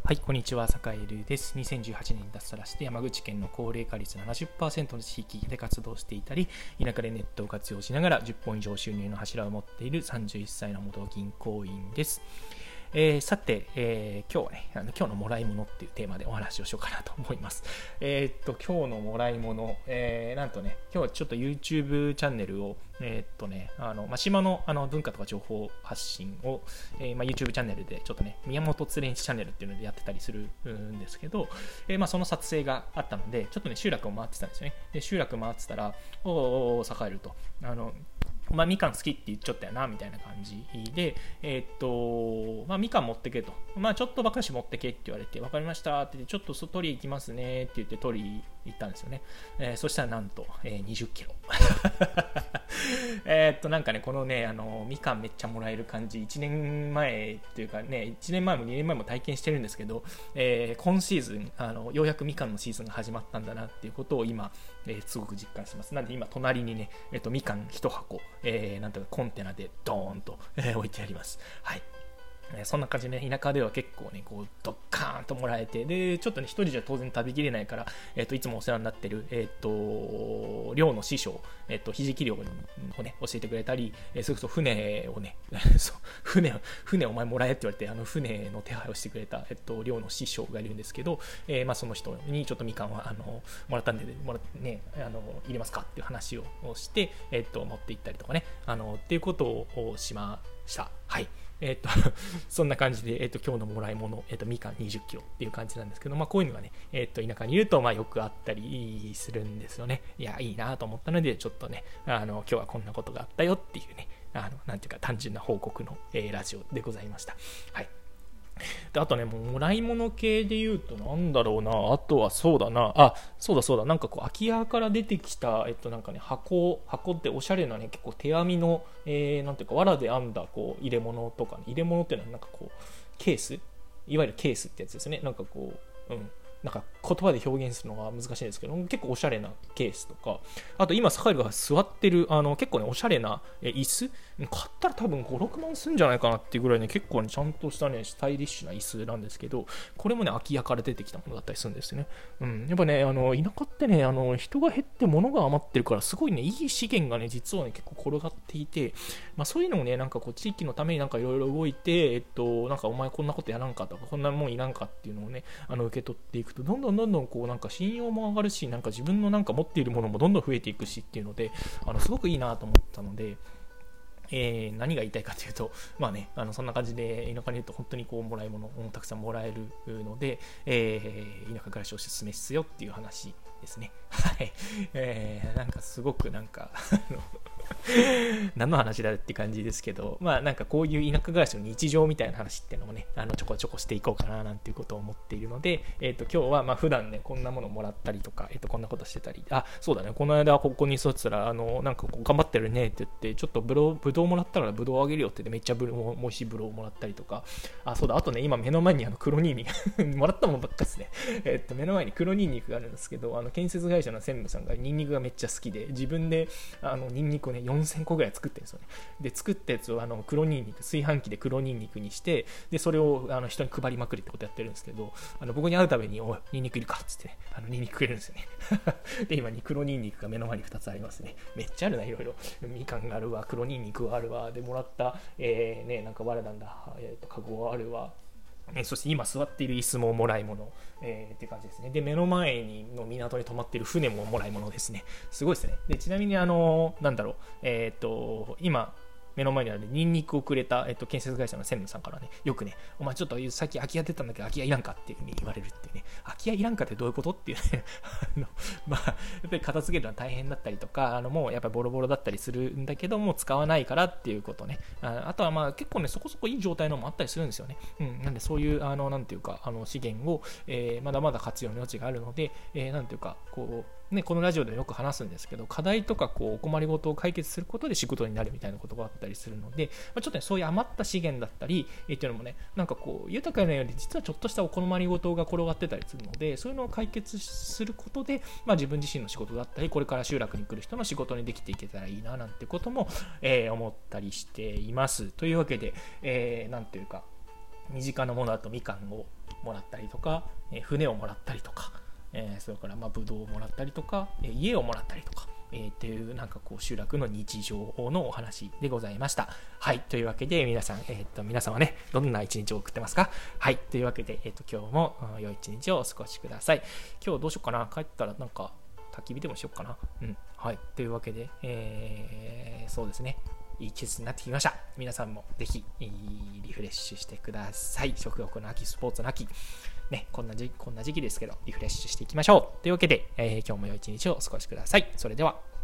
はい、こんにちは、坂井瑠です。2018年に脱サラして山口県の高齢化率 70% の地域で活動していたり、田舎でネットを活用しながら10本以上収入の柱を持っている31歳の元銀行員です。さて、今日はね、今日のもらい物っていうテーマでお話をしようかなと思います。今日のもらい物、なんとね、今日はちょっと YouTube チャンネルを、島の、文化とか情報発信を、YouTube チャンネルでちょっとね、宮本つれんちチャンネルっていうのでやってたりするんですけど、その撮影があったので、ちょっとね、集落を回ってたんですよね。で、集落回ってたら、栄えると。みかん好きって言っちゃったよなみたいな感じで、みかん持ってけと、ちょっとばかし持ってけって言われて、分かりましたって言って、ちょっと取り行きますねって言って取り行ったんですよね。そしたらなんと、20キロなんかね、このね、みかんめっちゃもらえる感じ、1年前っていうかね、1年前も2年前も体験してるんですけど、今シーズンようやくみかんのシーズンが始まったんだなっていうことを今、すごく実感してます。なんで今隣にね、みかん1箱、なんとかコンテナでドーンと、置いてあります。はい。そんな感じで、ね、田舎では結構ね、こうドッカーンともらえて、でちょっとね、一人じゃ当然食べきれないから、いつもお世話になってる、漁の師匠、ひじき漁をね、教えてくれたり、それこそ船をね船お前もらえって言われて、船の手配をしてくれた、漁の師匠がいるんですけど、その人にちょっとみかんはもらったんで、ね、入れますかっていう話をして、持って行ったりとかね、っていうことをしました。はい。そんな感じで、今日のもらい物、みかん20キロっていう感じなんですけど、こういうのがね、田舎にいると、よくあったりするんですよね。いや、いいなと思ったので、ちょっとね、今日はこんなことがあったよっていうね、なんていうか単純な報告の、ラジオでございました。はい。であとね、もらい物系で言うと、なんだろうな、あとはそうだな、そうだ、なんかこう、空き家から出てきた、なんかね、箱っておしゃれなね、結構手編みの、なんていうか、藁で編んだ、こう、入れ物とかね、入れ物っていうのは、なんかこう、ケースいわゆるケースってやつですね。なんかこう、なんか言葉で表現するのが難しいんですけど、結構おしゃれなケースとか、あと今サカイルが座ってる結構ねおしゃれな椅子、買ったら多分5、6万するんじゃないかなっていうぐらいね、結構ねちゃんとしたねスタイリッシュな椅子なんですけど、これもね空き家から出てきたものだったりするんですよね。やっぱね田舎ってね人が減って物が余ってるから、すごいねいい資源がね実はね結構転がっていて、そういうのをねなんかこう地域のためになんかいろいろ動いてなんかお前こんなことやらんかとかこんなもんいらんかっていうのをね受け取っていくと、どんどんこうなんか信用も上がるし、なんか自分のなんか持っているものもどんどん増えていくしっていうので、すごくいいなと思ったので、何が言いたいかというと、そんな感じで田舎にいると本当にこうもらい物をたくさんもらえるので、田舎暮らしをおすすめっすよっていう話ですね。はい。なんかすごくなんか何の話だって感じですけど、なんかこういう田舎暮らしの日常みたいな話っていうのもね、ちょこちょこしていこうかななんていうことを思っているので、今日は普段ねこんなものもらったりとか、こんなことしてたり、そうだね、この間ここに座ってたらなんかこう頑張ってるねって言って、ちょっとぶどうもらったからぶどうあげるよって言ってめっちゃ美味しいぶどうをもらったりとか、そうだ、あとね今目の前に黒ニンニクもらったもんばっかですね。目の前に黒ニンニクがあるんですけど、建設会社の専務さんがニンニクがめっちゃ好きで、自分でニンニクをね4000個ぐらい作ってるんですよね。で作ったやつを黒ニンニク炊飯器で黒ニンニクにして、でそれを人に配りまくりってことやってるんですけど、僕に会うたびにおいニンニクいるかっつってねニンニクくれるんですよね。で今に黒ニンニクが目の前に2つありますね。めっちゃあるな、いろいろみかんがあるわ、黒ニンニクがあるわ、でもらった、なんか藁なんだ、カゴがあるわ、そして今座っている椅子ももらい物、っていう感じですね。で目の前の港に止まっている船ももらい物ですね。すごいですね。でちなみになんだろう、今目の前にあるニンニクをくれた、建設会社の専務さんからね、よくね、お前ちょっとさっき空き家出たんだけど空き家いらんかっていう風に言われるっていうね、空き家いらんかってどういうことっていうねやっぱり片付けるのは大変だったりとか、もうやっぱりボロボロだったりするんだけども使わないからっていうことね、あとは結構ねそこそこいい状態のもあったりするんですよね。なんでそういうなんていうか資源を、まだまだ活用の余地があるので、なんていうかこうね、このラジオでよく話すんですけど、課題とかこうお困りごとを解決することで仕事になるみたいなことがあったりするので、ちょっとねそういう余った資源だったり、っていうのもね、なんかこう豊かなより実はちょっとしたお困りごとが転がってたりするので、そういうのを解決することで、自分自身の仕事だったり、これから集落に来る人の仕事にできていけたらいいななんてことも、思ったりしています。というわけで、なんていうか身近なものだとみかんをもらったりとか、船をもらったりとか、それからブドウをもらったりとか、家をもらったりとか、っていうなんかこう集落の日常のお話でございました。はい、というわけで皆さん、皆さんはねどんな一日を送ってますか？はい、というわけで、今日も良い一日をお過ごしください。今日どうしようかな、帰ったらなんか焚き火でもしようかな。はい、というわけで、そうですね、いい季節になってきました。皆さんもぜひリフレッシュしてください。食欲の秋、スポーツの秋ね、こんな時期ですけどリフレッシュしていきましょう。というわけで、今日も良い一日をお過ごしください。それでは。